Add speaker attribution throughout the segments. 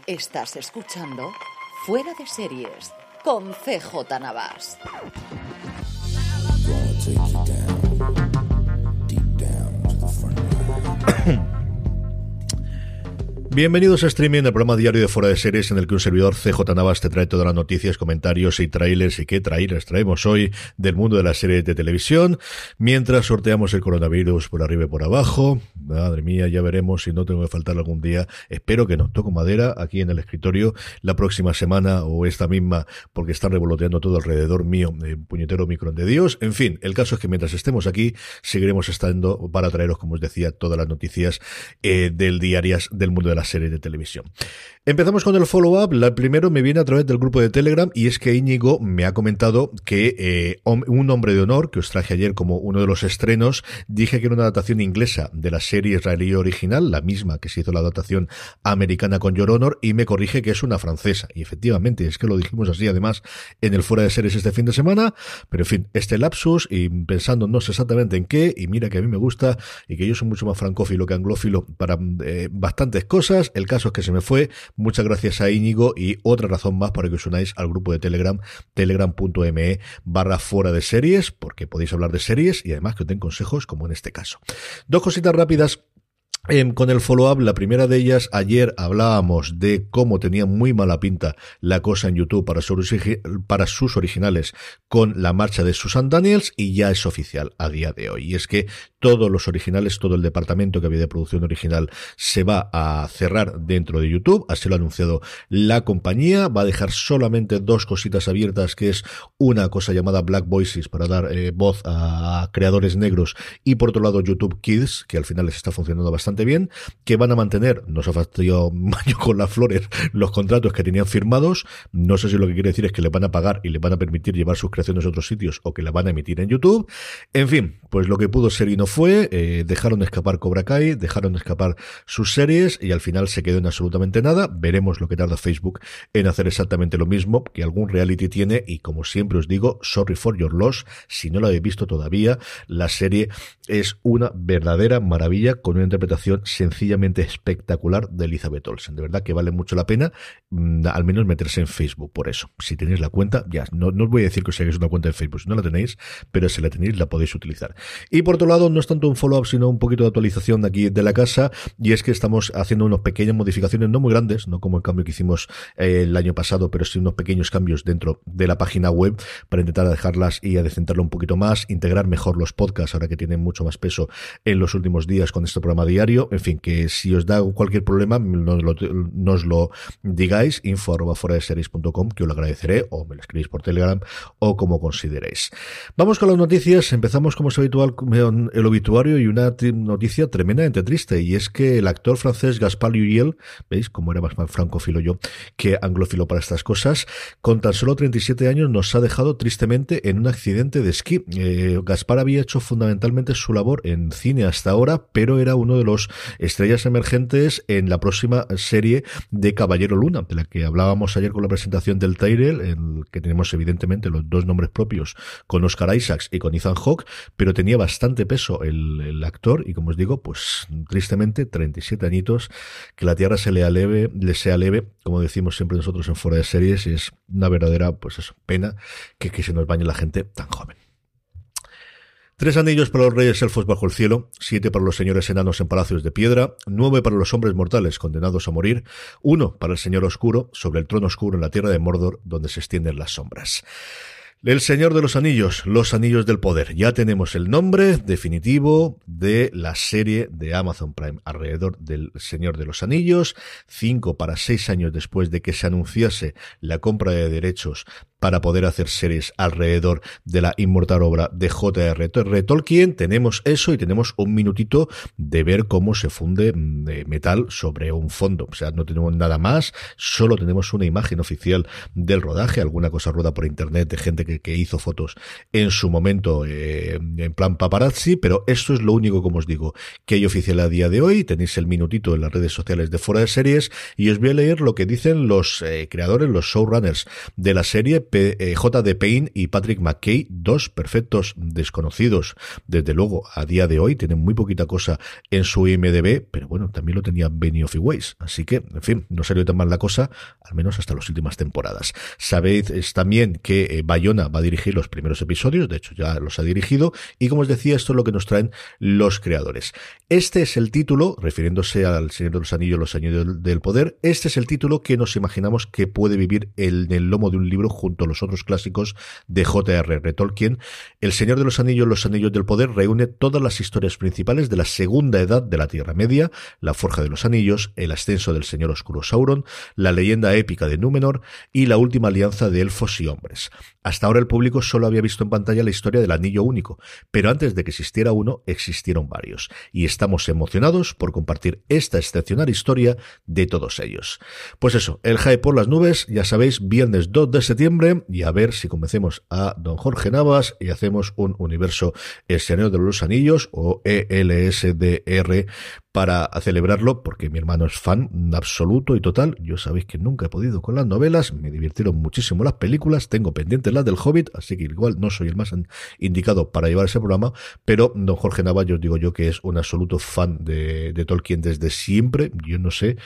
Speaker 1: Estás escuchando Fuera de Series con CJ Navas.
Speaker 2: Bienvenidos a Streaming, el programa diario de Fuera de Series en el que un servidor CJ Navas te trae todas las noticias, comentarios y trailers. ¿Y qué trailers traemos hoy del mundo de las series de televisión? Mientras sorteamos el coronavirus por arriba y por abajo. Madre mía, ya veremos si no tengo que faltar algún día. Espero que no. Toco madera aquí en el escritorio la próxima semana o esta misma, porque están revoloteando todo alrededor mío, puñetero micrón de Dios. En fin, el caso es que mientras estemos aquí, seguiremos estando para traeros, como os decía, todas las noticias del diarias del mundo de las series de televisión. Empezamos con el follow-up. La primero me viene a través del grupo de Telegram y es que Íñigo me ha comentado que un hombre de honor que os traje ayer como uno de los estrenos, dije que era una adaptación inglesa de la serie israelí original, la misma que se hizo la adaptación americana con Your Honor, y me corrige que es una francesa. Y efectivamente, es que lo dijimos así además en el Fuera de Series este fin de semana, pero en fin, este lapsus y pensando no sé exactamente en qué, y mira que a mí me gusta y que yo soy mucho más francófilo que anglófilo para bastantes cosas. El caso es que se me fue. Muchas gracias a Íñigo y otra razón más para que os unáis al grupo de Telegram, telegram.me/fuera de series, porque podéis hablar de series y además que os den consejos como en este caso. Dos cositas rápidas. Con el follow-up, la primera de ellas, ayer hablábamos de cómo tenía muy mala pinta la cosa en YouTube para sus originales con la marcha de Susan Daniels, y ya es oficial a día de hoy. Y es que todos los originales, todo el departamento que había de producción original se va a cerrar dentro de YouTube, así lo ha anunciado la compañía. Va a dejar solamente dos cositas abiertas, que es una cosa llamada Black Voices para dar voz a creadores negros, y por otro lado YouTube Kids, que al final les está funcionando bastante bien, que van a mantener, nos ha fastidiado Mayo con las flores, los contratos que tenían firmados. No sé si lo que quiere decir es que le van a pagar y le van a permitir llevar sus creaciones a otros sitios o que la van a emitir en YouTube. En fin, pues lo que pudo ser y no fue. Dejaron escapar Cobra Kai, dejaron escapar sus series y al final se quedó en absolutamente nada. Veremos lo que tarda Facebook en hacer exactamente lo mismo, que algún reality tiene, y como siempre os digo, sorry for your loss, si no lo habéis visto todavía, la serie es una verdadera maravilla con una interpretación sencillamente espectacular de Elizabeth Olsen. De verdad que vale mucho la pena al menos meterse en Facebook por eso. Si tenéis la cuenta, ya, no os voy a decir que os hagáis una cuenta en Facebook, si no la tenéis, pero si la tenéis la podéis utilizar. Y por otro lado, no es tanto un follow-up, sino un poquito de actualización de aquí de la casa, y es que estamos haciendo unas pequeñas modificaciones, no muy grandes, no como el cambio que hicimos el año pasado, pero sí unos pequeños cambios dentro de la página web para intentar dejarlas y adecentarlo un poquito más, integrar mejor los podcasts ahora que tienen mucho más peso en los últimos días con este programa diario. En fin, que si os da cualquier problema nos lo digáis, info@fueradeseries.com, que os lo agradeceré, o me lo escribís por Telegram o como consideréis. Vamos con las noticias. Empezamos como es habitual con el obituario y una noticia tremendamente triste, y es que el actor francés Gaspard Ulliel, veis cómo era más francófilo yo que anglófilo para estas cosas, con tan solo 37 años nos ha dejado tristemente en un accidente de esquí. Gaspard había hecho fundamentalmente su labor en cine hasta ahora, pero era uno de los estrellas emergentes en la próxima serie de Caballero Luna, de la que hablábamos ayer con la presentación del trailer, en el que tenemos evidentemente los dos nombres propios con Oscar Isaacs y con Ethan Hawke, pero tenía bastante peso el actor, y como os digo, pues tristemente 37 añitos, que la tierra le sea leve, como decimos siempre nosotros en Fuera de Series, y es una verdadera, pues eso, pena que se nos bañe la gente tan joven. 3 anillos para los reyes elfos bajo el cielo, 7 para los señores enanos en palacios de piedra, 9 para los hombres mortales condenados a morir, 1 para el señor oscuro sobre el trono oscuro en la tierra de Mordor, donde se extienden las sombras. El Señor de los Anillos, los Anillos del Poder. Ya tenemos el nombre definitivo de la serie de Amazon Prime alrededor del Señor de los Anillos. 5 para 6 años después de que se anunciase la compra de derechos para poder hacer series alrededor de la inmortal obra de J.R.R. Tolkien. Tenemos eso y tenemos un minutito de ver cómo se funde metal sobre un fondo. O sea, no tenemos nada más, solo tenemos una imagen oficial del rodaje, alguna cosa rueda por internet de gente que hizo fotos en su momento en plan paparazzi, pero esto es lo único, como os digo, que hay oficial a día de hoy. Tenéis el minutito en las redes sociales de Fuera de Series y os voy a leer lo que dicen los creadores, los showrunners de la serie, J.D. Payne y Patrick McKay, dos perfectos desconocidos, desde luego, a día de hoy. Tienen muy poquita cosa en su IMDb, pero bueno, también lo tenía Benioff y Weiss, así que, en fin, no salió tan mal la cosa, al menos hasta las últimas temporadas. Sabéis también que Bayona va a dirigir los primeros episodios, de hecho ya los ha dirigido, y como os decía, esto es lo que nos traen los creadores. Este es el título, refiriéndose al Señor de los Anillos, los Anillos del Poder, este es el título que nos imaginamos que puede vivir en el lomo de un libro junto a los otros clásicos de J.R.R. Tolkien. El Señor de los Anillos, los Anillos del Poder reúne todas las historias principales de la segunda edad de la Tierra Media, la Forja de los Anillos, el ascenso del Señor Oscuro Sauron, la leyenda épica de Númenor y la última alianza de elfos y hombres. Hasta ahora el público solo había visto en pantalla la historia del Anillo Único, pero antes de que existiera uno, existieron varios, y estamos emocionados por compartir esta excepcional historia de todos ellos. Pues eso, el hype por las nubes, ya sabéis, viernes 2 de septiembre, y a ver si convencemos a don Jorge Navas y hacemos un universo El Señor de los Anillos, o ELSDR, para celebrarlo, porque mi hermano es fan absoluto y total. Yo sabéis que nunca he podido con las novelas, me divirtieron muchísimo las películas, tengo pendientes las del Hobbit, así que igual no soy el más indicado para llevar ese programa, pero don Jorge Navas, yo os digo yo que es un absoluto fan de Tolkien desde siempre. Yo no sé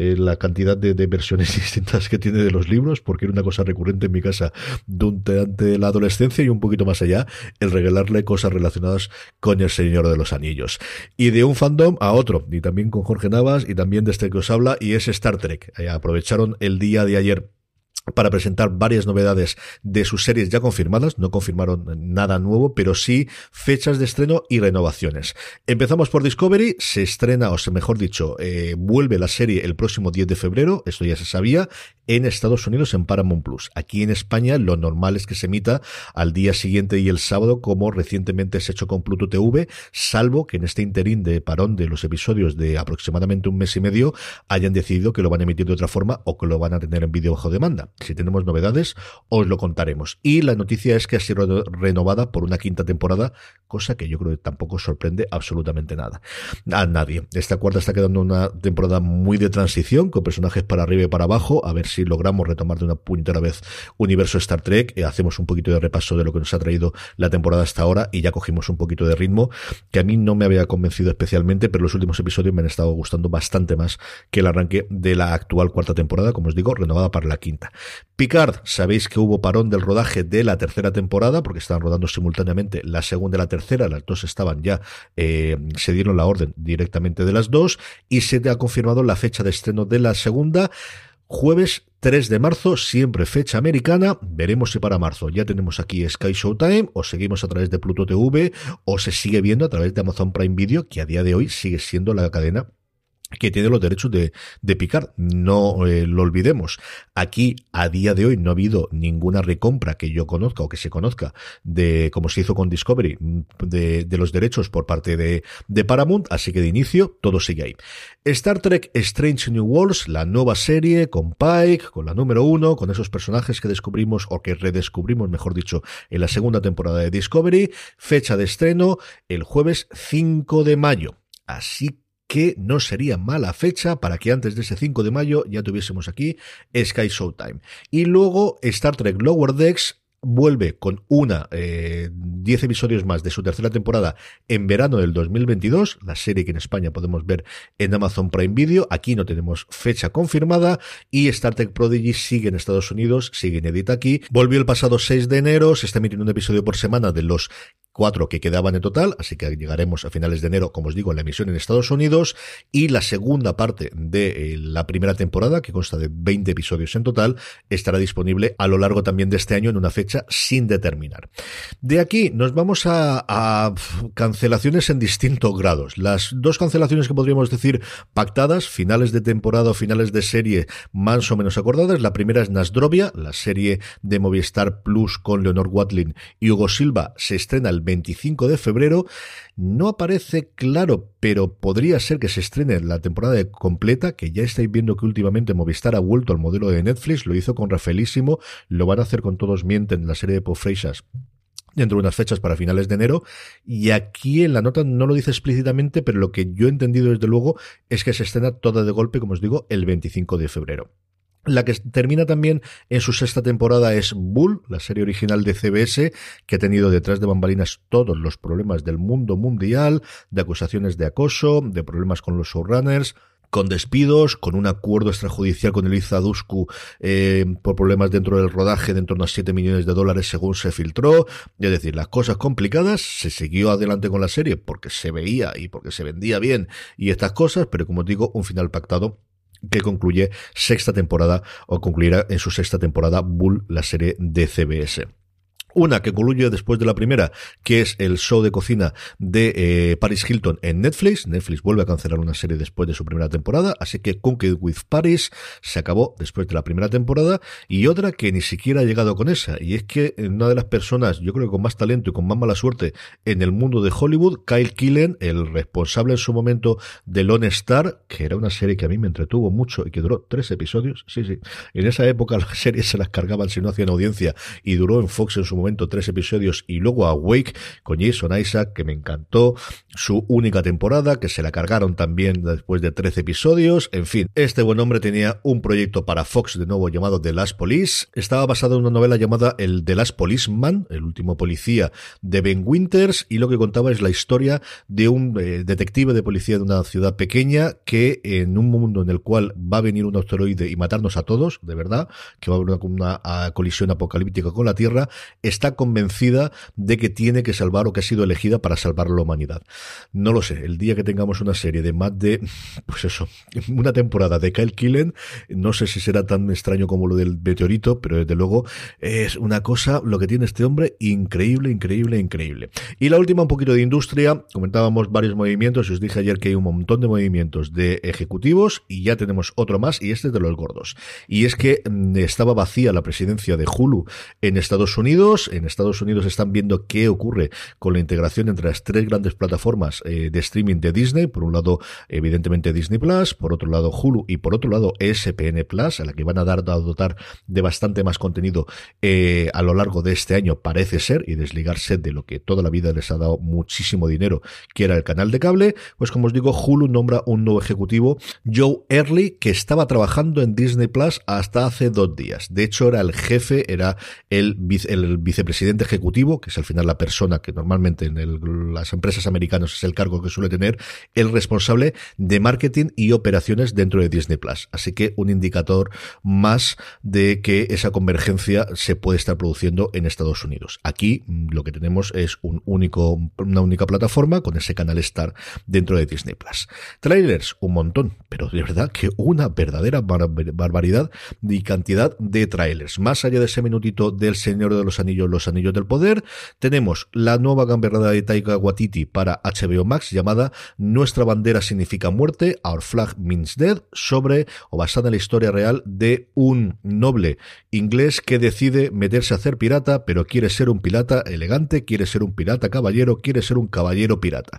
Speaker 2: la cantidad de versiones distintas que tiene de los libros, porque era una cosa recurrente en mi casa durante la adolescencia y un poquito más allá, el regalarle cosas relacionadas con El Señor de los Anillos. Y de un fandom a otro, y también con Jorge Navas, y también de este que os habla, y es Star Trek. Aprovecharon el día de ayer para presentar varias novedades de sus series ya confirmadas. No confirmaron nada nuevo, pero sí fechas de estreno y renovaciones. Empezamos por Discovery, se estrena, o sea, mejor dicho, vuelve la serie el próximo 10 de febrero, esto ya se sabía, en Estados Unidos en Paramount Plus. Aquí en España lo normal es que se emita al día siguiente y el sábado, como recientemente se ha hecho con Pluto TV, salvo que en este interín de parón de los episodios de aproximadamente un mes y medio hayan decidido que lo van a emitir de otra forma o que lo van a tener en vídeo bajo demanda. Si tenemos novedades, os lo contaremos. Y la noticia es que ha sido renovada por una quinta temporada, cosa que yo creo que tampoco sorprende absolutamente nada a nadie. Esta cuarta está quedando una temporada muy de transición, con personajes para arriba y para abajo, a ver si logramos retomar de una puñetera vez universo Star Trek. Hacemos un poquito de repaso de lo que nos ha traído la temporada hasta ahora y ya cogimos un poquito de ritmo, que a mí no me había convencido especialmente, pero los últimos episodios me han estado gustando bastante más que el arranque de la actual cuarta temporada, como os digo, renovada para la quinta. Picard, sabéis que hubo parón del rodaje de la tercera temporada, porque estaban rodando simultáneamente la segunda y la tercera, las dos estaban ya, se dieron la orden directamente de las dos, y se ha confirmado la fecha de estreno de la segunda, jueves 3 de marzo, siempre fecha americana. Veremos si para marzo ya tenemos aquí Sky Showtime, o seguimos a través de Pluto TV, o se sigue viendo a través de Amazon Prime Video, que a día de hoy sigue siendo la cadena que tiene los derechos de Picard. No lo olvidemos. Aquí, a día de hoy, no ha habido ninguna recompra que yo conozca o que se conozca de, como se hizo con Discovery, de los derechos por parte de Paramount, así que de inicio todo sigue ahí. Star Trek Strange New Worlds, la nueva serie con Pike, con la número 1, con esos personajes que descubrimos, o que redescubrimos, mejor dicho, en la segunda temporada de Discovery. Fecha de estreno el jueves 5 de mayo. Así que no sería mala fecha para que antes de ese 5 de mayo ya tuviésemos aquí Sky Showtime. Y luego Star Trek Lower Decks vuelve con 10 episodios más de su tercera temporada en verano del 2022, la serie que en España podemos ver en Amazon Prime Video. Aquí no tenemos fecha confirmada, y Star Trek Prodigy sigue en Estados Unidos, sigue inédita aquí. Volvió el pasado 6 de enero, se está emitiendo un episodio por semana de los 4 que quedaban en total, así que llegaremos a finales de enero, como os digo, en la emisión en Estados Unidos, y la segunda parte de la primera temporada, que consta de 20 episodios en total, estará disponible a lo largo también de este año en una fecha sin determinar. De aquí nos vamos a cancelaciones en distintos grados. Las dos cancelaciones que podríamos decir pactadas, finales de temporada o finales de serie más o menos acordadas. La primera es Nasdrovia, la serie de Movistar Plus con Leonor Watling y Hugo Silva, se estrena el 25 de febrero. No aparece claro, pero podría ser que se estrene la temporada completa, que ya estáis viendo que últimamente Movistar ha vuelto al modelo de Netflix, lo hizo con Rafaelísimo, lo van a hacer con Todos Mienten, la serie de Pau Freixas, dentro de unas fechas para finales de enero. Y aquí en la nota no lo dice explícitamente, pero lo que yo he entendido desde luego es que se estrena toda de golpe, como os digo, el 25 de febrero. La que termina también en su sexta temporada es Bull, la serie original de CBS, que ha tenido detrás de bambalinas todos los problemas del mundo mundial, de acusaciones de acoso, de problemas con los showrunners, con despidos, con un acuerdo extrajudicial con Eliza Dushku por problemas dentro del rodaje de en torno a $7 millones según se filtró. Es decir, las cosas complicadas. Se siguió adelante con la serie porque se veía y porque se vendía bien y estas cosas, pero como digo, un final pactado que concluye sexta temporada, o concluirá en su sexta temporada Bull, la serie de CBS. Una que concluye después de la primera, que es el show de cocina de Paris Hilton en Netflix. Netflix vuelve a cancelar una serie después de su primera temporada, así que Cooked with Paris se acabó después de la primera temporada. Y otra que ni siquiera ha llegado con esa, y es que una de las personas, yo creo que con más talento y con más mala suerte en el mundo de Hollywood, Kyle Killen, el responsable en su momento de Lone Star, que era una serie que a mí me entretuvo mucho y que duró 3 episodios. Sí, en esa época las series se las cargaban si no hacían audiencia, y duró en Fox en su momento 3 episodios, y luego Awake con Jason Isaac, que me encantó su única temporada, que se la cargaron también después de 13 episodios. En fin, este buen hombre tenía un proyecto para Fox de nuevo llamado The Last Police. Estaba basado en una novela llamada El The Last Policeman, el último policía, de Ben Winters, y lo que contaba es la historia de un detective de policía de una ciudad pequeña que, en un mundo en el cual va a venir un asteroide y matarnos a todos, de verdad, que va a haber una colisión apocalíptica con la Tierra, está convencida de que tiene que salvar, o que ha sido elegida para salvar la humanidad. No lo sé, el día que tengamos una serie de más de, pues eso, una temporada de Kyle Killen, no sé si será tan extraño como lo del meteorito, pero desde luego es una cosa, lo que tiene este hombre, increíble. Y la última, un poquito de industria. Comentábamos varios movimientos, y os dije ayer que hay un montón de movimientos de ejecutivos, y ya tenemos otro más, y este es de los gordos. Y es que estaba vacía la presidencia de Hulu en Estados Unidos. En Estados Unidos están viendo qué ocurre con la integración entre las 3 grandes plataformas de streaming de Disney. Por un lado, evidentemente Disney Plus, por otro lado Hulu, y por otro lado ESPN Plus, a la que van a dotar de bastante más contenido a lo largo de este año, parece ser, y desligarse de lo que toda la vida les ha dado muchísimo dinero, que era el canal de cable. Pues como os digo, Hulu nombra un nuevo ejecutivo, Joe Early, que estaba trabajando en Disney Plus hasta hace 2 días. De hecho, era el jefe, era el vicepresidente ejecutivo, que es al final la persona que normalmente en las empresas americanas es el cargo que suele tener, el responsable de marketing y operaciones dentro de Disney Plus. Así que un indicador más de que esa convergencia se puede estar produciendo en Estados Unidos. Aquí lo que tenemos es una única plataforma con ese canal Star dentro de Disney Plus. Trailers, un montón, pero de verdad que una verdadera barbaridad y cantidad de trailers. Más allá de ese minutito del Señor de los Anillos, Los Anillos del Poder, tenemos la nueva gamberrada de Taika Waititi para HBO Max llamada Nuestra bandera significa muerte, Our Flag Means Death, sobre o basada en la historia real de un noble inglés que decide meterse a hacer pirata, pero quiere ser un pirata elegante, quiere ser un pirata caballero, quiere ser un caballero pirata.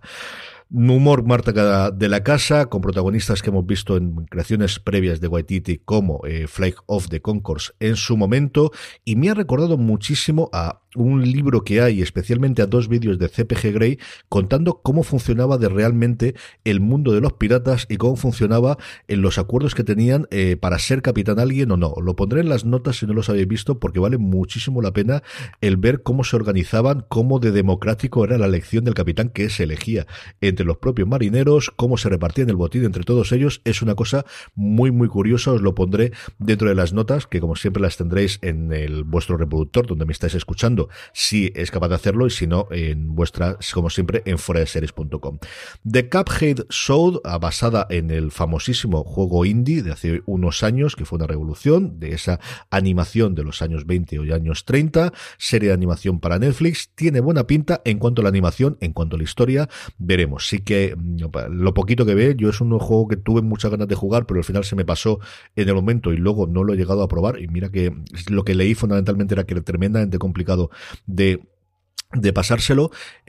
Speaker 2: Humor marca de la casa, con protagonistas que hemos visto en creaciones previas de Waititi, como Flight of the Conchords en su momento, y me ha recordado muchísimo a un libro que hay, especialmente a 2 vídeos de CPG Grey, contando cómo funcionaba de realmente el mundo de los piratas y cómo funcionaba en los acuerdos que tenían para ser capitán alguien o no. Lo pondré en las notas si no los habéis visto, porque vale muchísimo la pena el ver cómo se organizaban, cómo de democrático era la elección del capitán que se elegía entre los propios marineros, cómo se repartían el botín entre todos ellos. Es una cosa muy curiosa. Os lo pondré dentro de las notas, que como siempre las tendréis en vuestro reproductor donde me estáis escuchando, si es capaz de hacerlo, y si no, en vuestra, como siempre, en foradeseries.com. The Cuphead Show, basada en el famosísimo juego indie de hace unos años, que fue una revolución de esa animación de los años 20 o años 30, serie de animación para Netflix. Tiene buena pinta en cuanto a la animación, en cuanto a la historia, veremos. Sí que lo poquito que ve, yo es un juego que tuve muchas ganas de jugar, pero al final se me pasó en el momento y luego no lo he llegado a probar, y mira que lo que leí fundamentalmente era que era tremendamente complicado de pasárselo,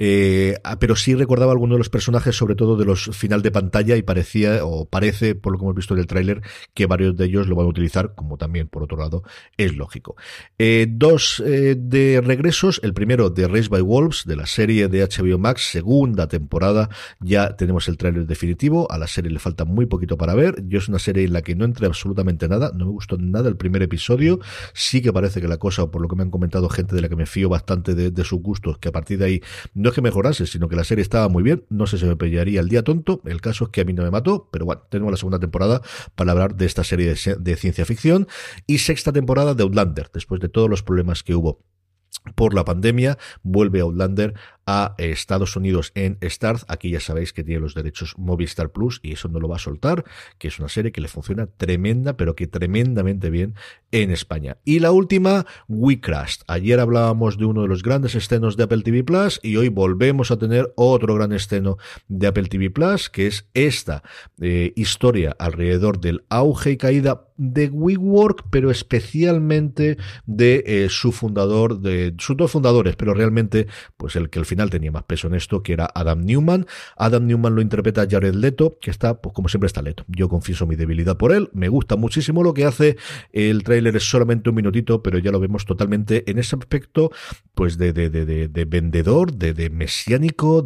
Speaker 2: pero sí recordaba alguno de los personajes, sobre todo de los final de pantalla, y parecía, o parece, por lo que hemos visto en el tráiler, que varios de ellos lo van a utilizar, como también, por otro lado, es lógico. Dos de regresos, el primero de Raised by Wolves, de la serie de HBO Max, segunda temporada, ya tenemos el tráiler definitivo, a la serie le falta muy poquito para ver, yo es una serie en la que no entré absolutamente nada, no me gustó nada el primer episodio, sí que parece que la cosa, por lo que me han comentado gente de la que me fío bastante de sus gustos, que a partir de ahí no es que mejorase, sino que la serie estaba muy bien, no sé si me pillaría el día tonto, el caso es que a mí no me mató, pero bueno, tenemos la segunda temporada para hablar de esta serie de ciencia ficción, y sexta temporada de Outlander, después de todos los problemas que hubo por la pandemia, vuelve Outlander a Estados Unidos en Starz. Aquí ya sabéis que tiene los derechos Movistar Plus y eso no lo va a soltar, que es una serie que le funciona tremenda, pero que tremendamente bien en España. Y la última, We Crashed. Ayer hablábamos de uno de los grandes estrenos de Apple TV Plus y hoy volvemos a tener otro gran estreno de Apple TV Plus, que es esta historia alrededor del auge y caída de WeWork, pero especialmente de su fundador, de sus dos fundadores, pero realmente pues el que al final tenía más peso en esto, que era Adam Newman. Adam Newman lo interpreta Jared Leto, que está, pues como siempre está Leto. Yo confieso mi debilidad por él, me gusta muchísimo lo que hace, el tráiler es solamente un minutito, pero ya lo vemos totalmente en ese aspecto, pues de vendedor, de mesiánico,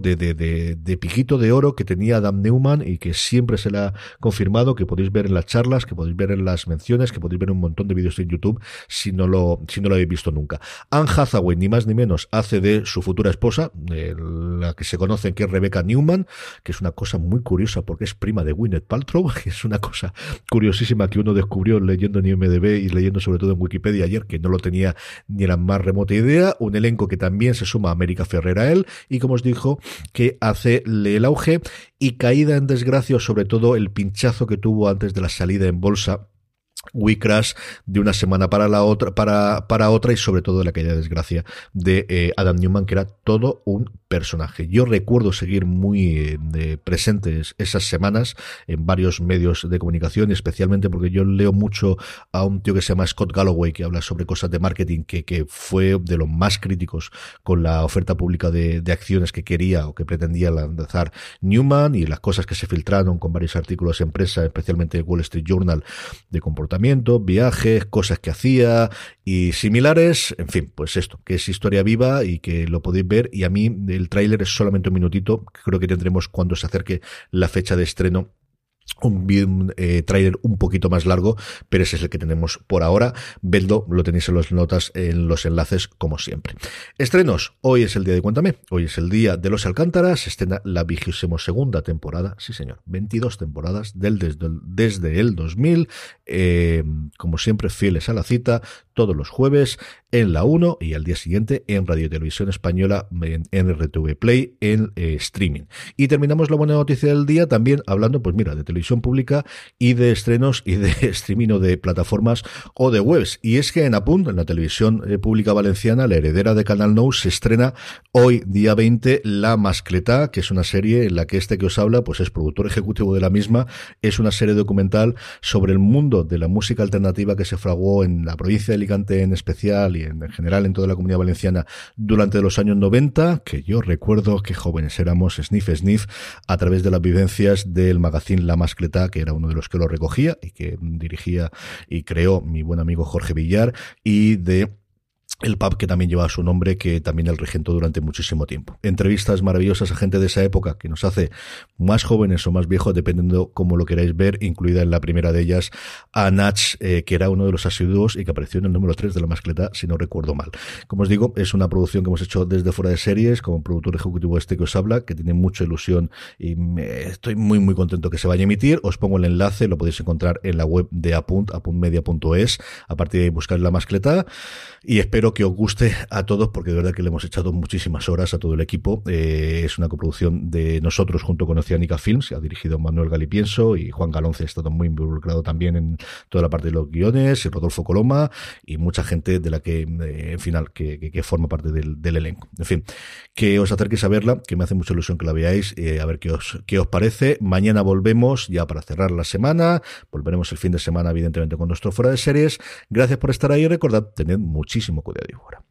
Speaker 2: de piquito de oro que tenía Adam Newman y que siempre se le ha confirmado, que podéis ver en las charlas, que podéis ver en las menciones, que podéis ver un montón de vídeos en YouTube si no lo habéis visto nunca. Anne Hathaway, ni más ni menos, hace de su futura esposa, la que se conoce, que es Rebecca Newman, que es una cosa muy curiosa porque es prima de Gwyneth Paltrow, que es una cosa curiosísima que uno descubrió leyendo en IMDb y leyendo sobre todo en Wikipedia ayer, que no lo tenía ni la más remota idea. Un elenco que también se suma a América Ferrer a él y, como os dijo, que hace el auge y caída en desgracia, o sobre todo el pinchazo que tuvo antes de la salida en bolsa We Crash, de una semana para la otra, para otra, y sobre todo la caída de desgracia de Adam Newman, que era todo un personaje. Yo recuerdo seguir muy presentes esas semanas en varios medios de comunicación, especialmente porque yo leo mucho a un tío que se llama Scott Galloway, que habla sobre cosas de marketing, que fue de los más críticos con la oferta pública de acciones que quería o que pretendía lanzar Newman, y las cosas que se filtraron con varios artículos en prensa, especialmente Wall Street Journal, de comportamiento, viajes, cosas que hacía y similares. En fin, pues esto, que es historia viva y que lo podéis ver, y a mí el tráiler es solamente un minutito, creo que tendremos cuando se acerque la fecha de estreno un tráiler un poquito más largo, pero ese es el que tenemos por ahora. Vedlo, lo tenéis en las notas, en los enlaces, como siempre. Estrenos, hoy es el día de Cuéntame, hoy es el día de Los Alcántara, se estrena la 22ª temporada, sí señor, 22 temporadas desde el 2000, como siempre fieles a la cita, todos los jueves en la 1 y al día siguiente en Radio y Televisión Española, en RTV Play, en streaming. Y terminamos la buena noticia del día también hablando, pues mira, de televisión pública y de estrenos y de streaming o de plataformas o de webs. Y es que en Apunt, en la televisión pública valenciana, la heredera de Canal Nou, se estrena hoy, día 20, La Mascletá, que es una serie en la que que os habla, pues es productor ejecutivo de la misma. Es una serie documental sobre el mundo de la música alternativa que se fraguó en la provincia de Alicante en especial y en general en toda la Comunidad Valenciana durante los años 90, que yo recuerdo que jóvenes éramos, sniff, a través de las vivencias del magazine La Mascletá, que era uno de los que lo recogía y que dirigía y creó mi buen amigo Jorge Villar, y de el pub que también lleva su nombre, que también él regentó durante muchísimo tiempo. Entrevistas maravillosas a gente de esa época que nos hace más jóvenes o más viejos, dependiendo cómo lo queráis ver, incluida en la primera de ellas a Nach, que era uno de los asiduos y que apareció en el número 3 de La Mascletá, si no recuerdo mal. Como os digo, es una producción que hemos hecho desde Fuera de Series, como productor ejecutivo que os habla, que tiene mucha ilusión y estoy muy muy contento que se vaya a emitir. Os pongo el enlace, lo podéis encontrar en la web de apuntmedia.es. A partir de ahí buscar La Mascletá y espero que os guste a todos, porque de verdad que le hemos echado muchísimas horas a todo el equipo. Es una coproducción de nosotros junto con Oceánica Films, ha dirigido Manuel Galipienso, y Juan Galonce ha estado muy involucrado también en toda la parte de los guiones, y Rodolfo Coloma, y mucha gente de la que, en final, que forma parte del elenco. En fin, que os acerquéis a verla, que me hace mucha ilusión que la veáis, a ver qué os parece. Mañana volvemos ya para cerrar la semana, volveremos el fin de semana evidentemente con nuestro Fuera de Series. Gracias por estar ahí y recordad, tened muchísimo cuidado y fuera.